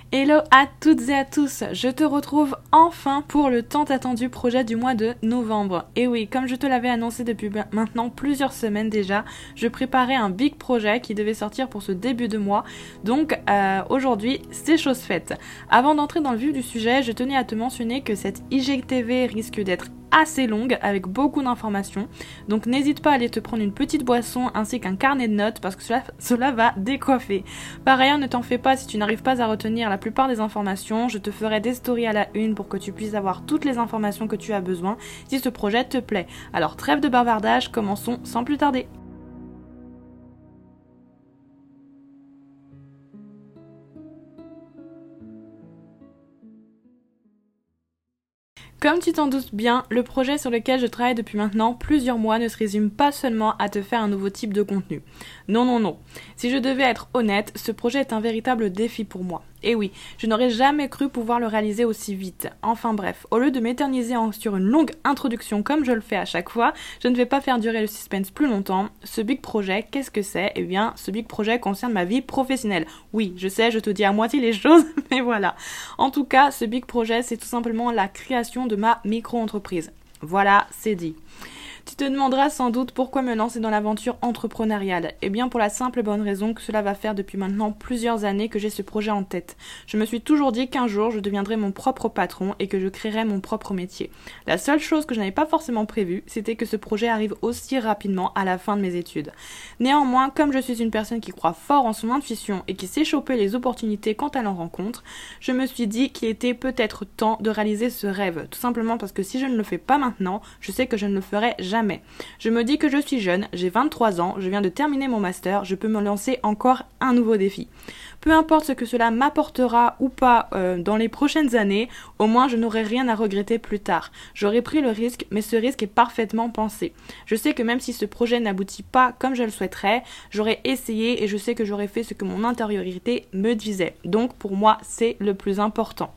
Hello à toutes et à tous, je te retrouve enfin pour le tant attendu projet du mois de novembre. Et oui, comme je te l'avais annoncé depuis maintenant plusieurs semaines déjà, je préparais un big projet qui devait sortir pour ce début de mois. Donc aujourd'hui, c'est chose faite. Avant d'entrer dans le vif du sujet, je tenais à te mentionner que cette IGTV risque d'être assez longue avec beaucoup d'informations, donc n'hésite pas à aller te prendre une petite boisson ainsi qu'un carnet de notes parce que cela va décoiffer. Par ailleurs, ne t'en fais pas si tu n'arrives pas à retenir la plupart des informations, je te ferai des stories à la une pour que tu puisses avoir toutes les informations que tu as besoin si ce projet te plaît. Alors trêve de bavardage, commençons sans plus tarder. Comme tu t'en doutes bien, le projet sur lequel je travaille depuis maintenant plusieurs mois ne se résume pas seulement à te faire un nouveau type de contenu. Non, non, non. Si je devais être honnête, ce projet est un véritable défi pour moi. Et oui, je n'aurais jamais cru pouvoir le réaliser aussi vite. Enfin bref, au lieu de m'éterniser sur une longue introduction comme je le fais à chaque fois, je ne vais pas faire durer le suspense plus longtemps. Ce big projet, qu'est-ce que c'est ? Eh bien, ce big projet concerne ma vie professionnelle. Oui, je sais, je te dis à moitié les choses, mais voilà. En tout cas, ce big projet, c'est tout simplement la création de ma micro-entreprise. Voilà, c'est dit. Tu te demanderas sans doute pourquoi me lancer dans l'aventure entrepreneuriale. Eh bien pour la simple et bonne raison que cela va faire depuis maintenant plusieurs années que j'ai ce projet en tête. Je me suis toujours dit qu'un jour je deviendrais mon propre patron et que je créerais mon propre métier. La seule chose que je n'avais pas forcément prévue, c'était que ce projet arrive aussi rapidement à la fin de mes études. Néanmoins, comme je suis une personne qui croit fort en son intuition et qui sait choper les opportunités quand elle en rencontre, je me suis dit qu'il était peut-être temps de réaliser ce rêve. Tout simplement parce que si je ne le fais pas maintenant, je sais que je ne le ferai jamais. Je me dis que je suis jeune, j'ai 23 ans, je viens de terminer mon master, je peux me lancer encore un nouveau défi. Peu importe ce que cela m'apportera ou pas dans les prochaines années, au moins je n'aurai rien à regretter plus tard. J'aurai pris le risque, mais ce risque est parfaitement pensé. Je sais que même si ce projet n'aboutit pas comme je le souhaiterais, j'aurai essayé et je sais que j'aurai fait ce que mon intériorité me disait. Donc pour moi, c'est le plus important.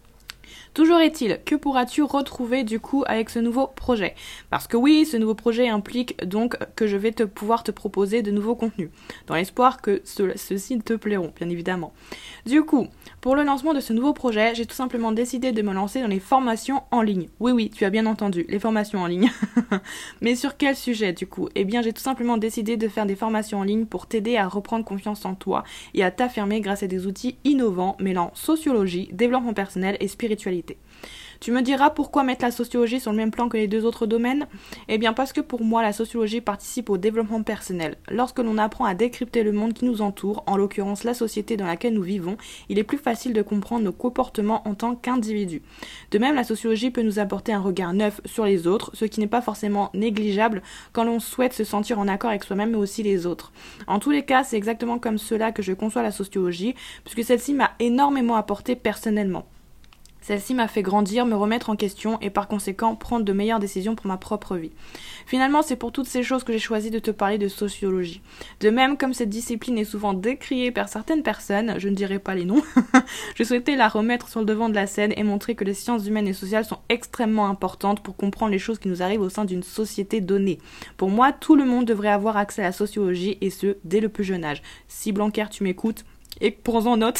Toujours est-il, que pourras-tu retrouver du coup avec ce nouveau projet ? Parce que oui, ce nouveau projet implique donc que je vais pouvoir te proposer de nouveaux contenus, dans l'espoir que ceux-ci te plairont, bien évidemment. Du coup, pour le lancement de ce nouveau projet, j'ai tout simplement décidé de me lancer dans les formations en ligne. Oui, oui, tu as bien entendu, les formations en ligne. Mais sur quel sujet du coup ? Eh bien, j'ai tout simplement décidé de faire des formations en ligne pour t'aider à reprendre confiance en toi et à t'affirmer grâce à des outils innovants mêlant sociologie, développement personnel et spiritualité. Tu me diras pourquoi mettre la sociologie sur le même plan que les deux autres domaines ? Eh bien parce que pour moi la sociologie participe au développement personnel. Lorsque l'on apprend à décrypter le monde qui nous entoure, en l'occurrence la société dans laquelle nous vivons, il est plus facile de comprendre nos comportements en tant qu'individus. De même, la sociologie peut nous apporter un regard neuf sur les autres, ce qui n'est pas forcément négligeable quand l'on souhaite se sentir en accord avec soi-même mais aussi les autres. En tous les cas, c'est exactement comme cela que je conçois la sociologie, puisque celle-ci m'a énormément apporté personnellement. Celle-ci m'a fait grandir, me remettre en question et par conséquent prendre de meilleures décisions pour ma propre vie. Finalement, c'est pour toutes ces choses que j'ai choisi de te parler de sociologie. De même, comme cette discipline est souvent décriée par certaines personnes, je ne dirai pas les noms, je souhaitais la remettre sur le devant de la scène et montrer que les sciences humaines et sociales sont extrêmement importantes pour comprendre les choses qui nous arrivent au sein d'une société donnée. Pour moi, tout le monde devrait avoir accès à la sociologie et ce, dès le plus jeune âge. Si Blanquer, tu m'écoutes, et prends-en note.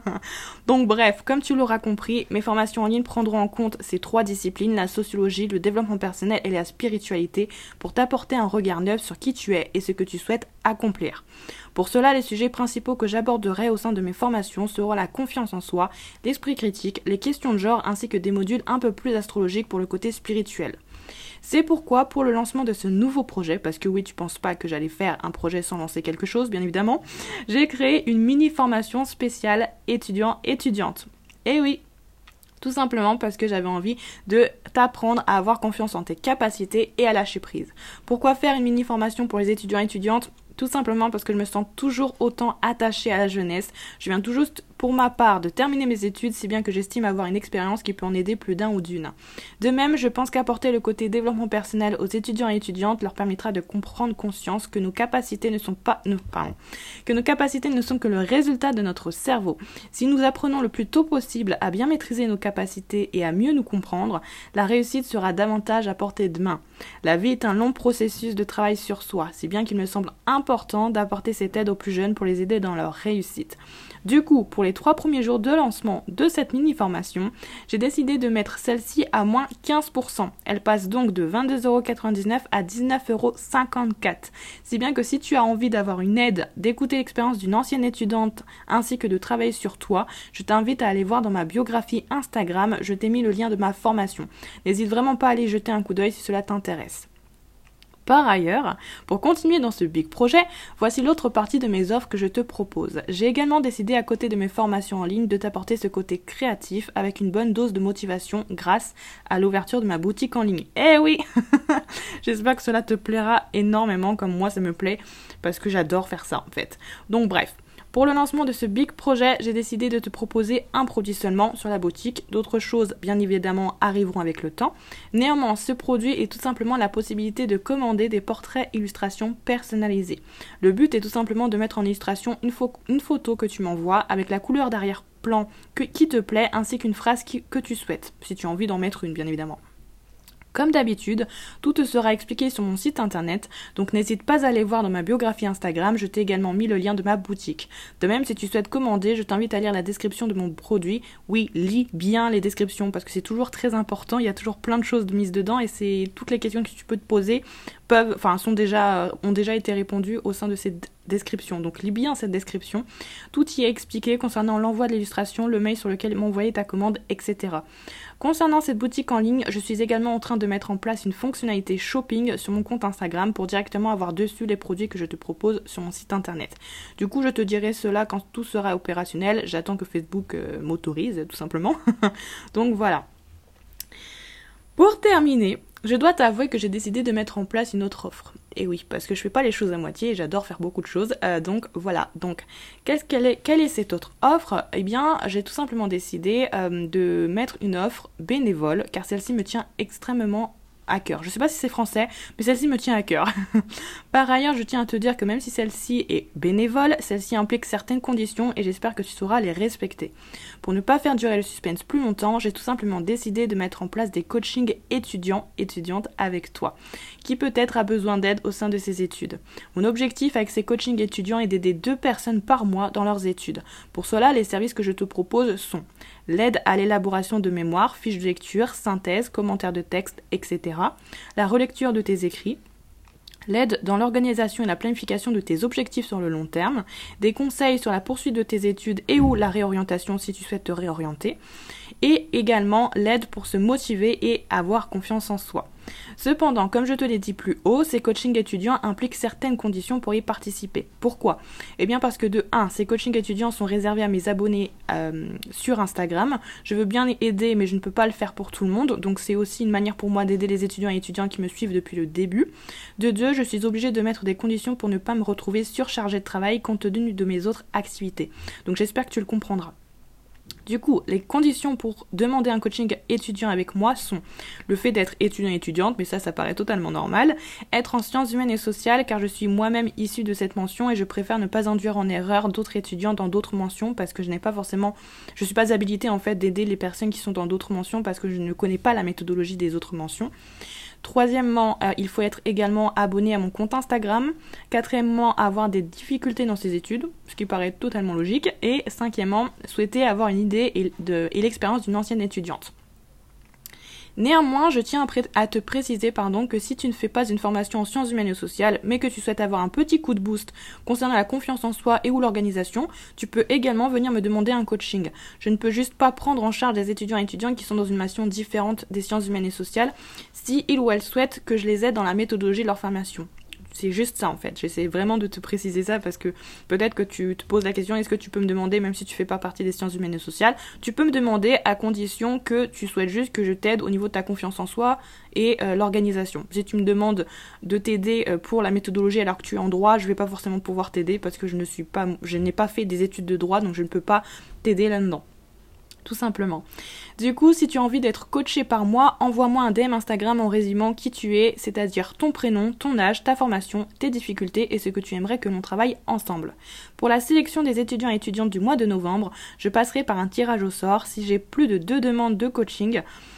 Donc bref, comme tu l'auras compris, mes formations en ligne prendront en compte ces trois disciplines, la sociologie, le développement personnel et la spiritualité, pour t'apporter un regard neuf sur qui tu es et ce que tu souhaites accomplir. Pour cela, les sujets principaux que j'aborderai au sein de mes formations seront la confiance en soi, l'esprit critique, les questions de genre ainsi que des modules un peu plus astrologiques pour le côté spirituel. C'est pourquoi, pour le lancement de ce nouveau projet, parce que oui, tu penses pas que j'allais faire un projet sans lancer quelque chose, bien évidemment, j'ai créé une mini-formation spéciale étudiant-étudiante. Et oui, tout simplement parce que j'avais envie de t'apprendre à avoir confiance en tes capacités et à lâcher prise. Pourquoi faire une mini-formation pour les étudiants-étudiantes ? Tout simplement parce que je me sens toujours autant attachée à la jeunesse. Je viens tout juste, pour ma part, de terminer mes études, si bien que j'estime avoir une expérience qui peut en aider plus d'un ou d'une. De même, je pense qu'apporter le côté développement personnel aux étudiants et étudiantes leur permettra de comprendre conscience que nos capacités ne sont que le résultat de notre cerveau. Si nous apprenons le plus tôt possible à bien maîtriser nos capacités et à mieux nous comprendre, la réussite sera davantage à portée de main. La vie est un long processus de travail sur soi, si bien qu'il me semble important d'apporter cette aide aux plus jeunes pour les aider dans leur réussite. Du coup, pour les les 3 premiers jours de lancement de cette mini-formation, j'ai décidé de mettre celle-ci à moins 15%. Elle passe donc de 22,99 € à 19,54 €. Si bien que si tu as envie d'avoir une aide, d'écouter l'expérience d'une ancienne étudiante ainsi que de travailler sur toi, je t'invite à aller voir dans ma biographie Instagram, je t'ai mis le lien de ma formation. N'hésite vraiment pas à aller jeter un coup d'œil si cela t'intéresse. Par ailleurs, pour continuer dans ce big projet, voici l'autre partie de mes offres que je te propose. J'ai également décidé à côté de mes formations en ligne de t'apporter ce côté créatif avec une bonne dose de motivation grâce à l'ouverture de ma boutique en ligne. Eh oui J'espère que cela te plaira énormément comme moi ça me plaît parce que j'adore faire ça en fait. Donc bref. Pour le lancement de ce big projet, j'ai décidé de te proposer un produit seulement sur la boutique. D'autres choses, bien évidemment, arriveront avec le temps. Néanmoins, ce produit est tout simplement la possibilité de commander des portraits illustrations personnalisés. Le but est tout simplement de mettre en illustration une photo que tu m'envoies avec la couleur d'arrière-plan qui te plaît ainsi qu'une phrase que tu souhaites, si tu as envie d'en mettre une, bien évidemment. Comme d'habitude, tout te sera expliqué sur mon site internet, donc n'hésite pas à aller voir dans ma biographie Instagram, je t'ai également mis le lien de ma boutique. De même, si tu souhaites commander, je t'invite à lire la description de mon produit. Oui, lis bien les descriptions, parce que c'est toujours très important, il y a toujours plein de choses mises dedans, et c'est toutes les questions que tu peux te poser ont déjà été répondues au sein de cette description. Donc lis bien cette description. Tout y est expliqué concernant l'envoi de l'illustration, le mail sur lequel m'envoyer ta commande, etc. Concernant cette boutique en ligne, je suis également en train de mettre en place une fonctionnalité shopping sur mon compte Instagram pour directement avoir dessus les produits que je te propose sur mon site internet. Du coup, je te dirai cela quand tout sera opérationnel. J'attends que Facebook m'autorise, tout simplement. Donc voilà. Pour terminer, je dois t'avouer que j'ai décidé de mettre en place une autre offre. Et oui, parce que je fais pas les choses à moitié et j'adore faire beaucoup de choses. Donc voilà. Donc, quelle est cette autre offre ? Eh bien, j'ai tout simplement décidé de mettre une offre bénévole, car celle-ci me tient extrêmement à cœur. Je sais pas si c'est français, mais celle-ci me tient à cœur. Par ailleurs, je tiens à te dire que même si celle-ci est bénévole, celle-ci implique certaines conditions et j'espère que tu sauras les respecter. Pour ne pas faire durer le suspense plus longtemps, j'ai tout simplement décidé de mettre en place des coachings étudiantes avec toi, qui peut-être a besoin d'aide au sein de ses études. Mon objectif avec ces coachings étudiants est d'aider 2 personnes par mois dans leurs études. Pour cela, les services que je te propose sont l'aide à l'élaboration de mémoires, fiches de lecture, synthèse, commentaires de texte, etc. La relecture de tes écrits, l'aide dans l'organisation et la planification de tes objectifs sur le long terme, des conseils sur la poursuite de tes études et ou la réorientation si tu souhaites te réorienter, et également l'aide pour se motiver et avoir confiance en soi. Cependant, comme je te l'ai dit plus haut, ces coachings étudiants impliquent certaines conditions pour y participer. Pourquoi ? Eh bien parce que de 1, ces coachings étudiants sont réservés à mes abonnés sur Instagram. Je veux bien aider, mais je ne peux pas le faire pour tout le monde, donc c'est aussi une manière pour moi d'aider les étudiants et étudiantes qui me suivent depuis le début. De 2, je suis obligée de mettre des conditions pour ne pas me retrouver surchargée de travail compte tenu de mes autres activités. Donc j'espère que tu le comprendras. Du coup, les conditions pour demander un coaching étudiant avec moi sont le fait d'être étudiant-étudiante, mais ça paraît totalement normal, être en sciences humaines et sociales, car je suis moi-même issue de cette mention et je préfère ne pas induire en erreur d'autres étudiants dans d'autres mentions parce que je suis pas habilitée en fait d'aider les personnes qui sont dans d'autres mentions parce que je ne connais pas la méthodologie des autres mentions. Troisièmement, il faut être également abonné à mon compte Instagram. Quatrièmement, avoir des difficultés dans ses études, ce qui paraît totalement logique. Et cinquièmement, souhaiter avoir une idée et l'expérience d'une ancienne étudiante. Néanmoins, je tiens à te préciser que si tu ne fais pas une formation en sciences humaines et sociales, mais que tu souhaites avoir un petit coup de boost concernant la confiance en soi et ou l'organisation, tu peux également venir me demander un coaching. Je ne peux juste pas prendre en charge des étudiants et étudiantes qui sont dans une mention différente des sciences humaines et sociales si ils ou elles souhaitent que je les aide dans la méthodologie de leur formation. C'est juste ça en fait, j'essaie vraiment de te préciser ça parce que peut-être que tu te poses la question, est-ce que tu peux me demander, même si tu fais pas partie des sciences humaines et sociales, tu peux me demander à condition que tu souhaites juste que je t'aide au niveau de ta confiance en soi et l'organisation. Si tu me demandes de t'aider pour la méthodologie alors que tu es en droit, je vais pas forcément pouvoir t'aider parce que je n'ai pas fait des études de droit, donc je ne peux pas t'aider là-dedans. Tout simplement. Du coup, si tu as envie d'être coaché par moi, envoie-moi un DM Instagram en résumant qui tu es, c'est-à-dire ton prénom, ton âge, ta formation, tes difficultés et ce que tu aimerais que l'on travaille ensemble. Pour la sélection des étudiants et étudiantes du mois de novembre, je passerai par un tirage au sort. Si j'ai plus de 2 demandes de coaching,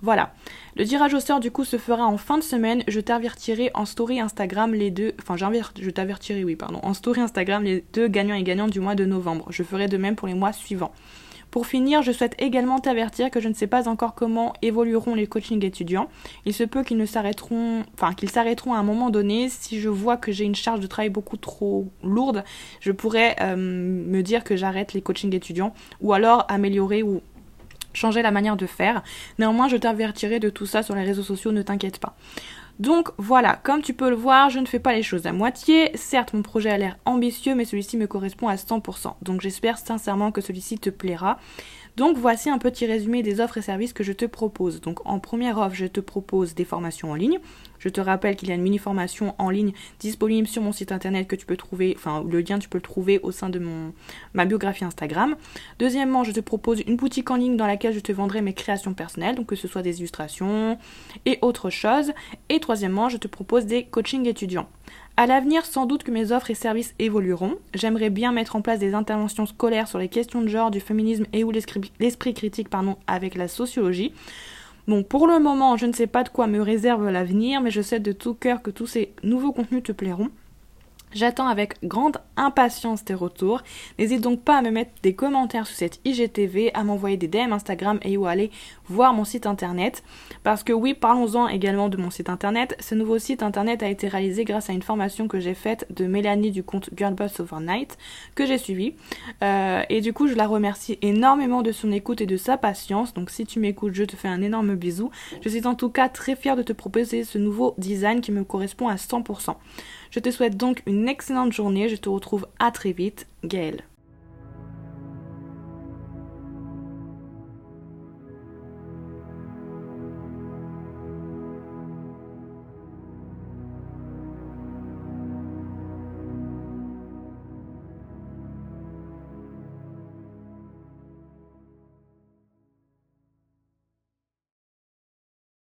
Voilà. Le tirage au sort du coup se fera en fin de semaine. Je t'avertirai en story Instagram les deux. Enfin, je t'avertirai, oui, pardon. En story Instagram les deux gagnants et gagnantes du mois de novembre. Je ferai de même pour les mois suivants. Pour finir, je souhaite également t'avertir que je ne sais pas encore comment évolueront les coachings étudiants. Il se peut qu'ils s'arrêteront à un moment donné. Si je vois que j'ai une charge de travail beaucoup trop lourde, je pourrais me dire que j'arrête les coachings étudiants ou alors améliorer ou changer la manière de faire. Néanmoins, je t'avertirai de tout ça sur les réseaux sociaux, ne t'inquiète pas. Donc voilà, comme tu peux le voir, je ne fais pas les choses à moitié. Certes, mon projet a l'air ambitieux, mais celui-ci me correspond à 100%. Donc j'espère sincèrement que celui-ci te plaira. Donc voici un petit résumé des offres et services que je te propose. Donc en première offre, je te propose des formations en ligne. Je te rappelle qu'il y a une mini-formation en ligne disponible sur mon site internet que tu peux trouver, enfin le lien tu peux le trouver au sein de ma biographie Instagram. Deuxièmement, je te propose une boutique en ligne dans laquelle je te vendrai mes créations personnelles, donc que ce soit des illustrations et autre chose. Et troisièmement, je te propose des coachings étudiants. À l'avenir, sans doute que mes offres et services évolueront. J'aimerais bien mettre en place des interventions scolaires sur les questions de genre, du féminisme et ou l'esprit critique avec la sociologie. Bon, pour le moment, je ne sais pas de quoi me réserve l'avenir, mais je sais de tout cœur que tous ces nouveaux contenus te plairont. J'attends avec grande impatience tes retours. N'hésite donc pas à me mettre des commentaires sur cette IGTV, à m'envoyer des DM Instagram et ou à aller voir mon site internet. Parce que oui, parlons-en également de mon site internet. Ce nouveau site internet a été réalisé grâce à une formation que j'ai faite de Mélanie du compte Girlboss Overnight, que j'ai suivi. Et du coup, je la remercie énormément de son écoute et de sa patience. Donc si tu m'écoutes, je te fais un énorme bisou. Je suis en tout cas très fière de te proposer ce nouveau design qui me correspond à 100%. Je te souhaite donc une excellente journée, je te retrouve à très vite, Gaëlle.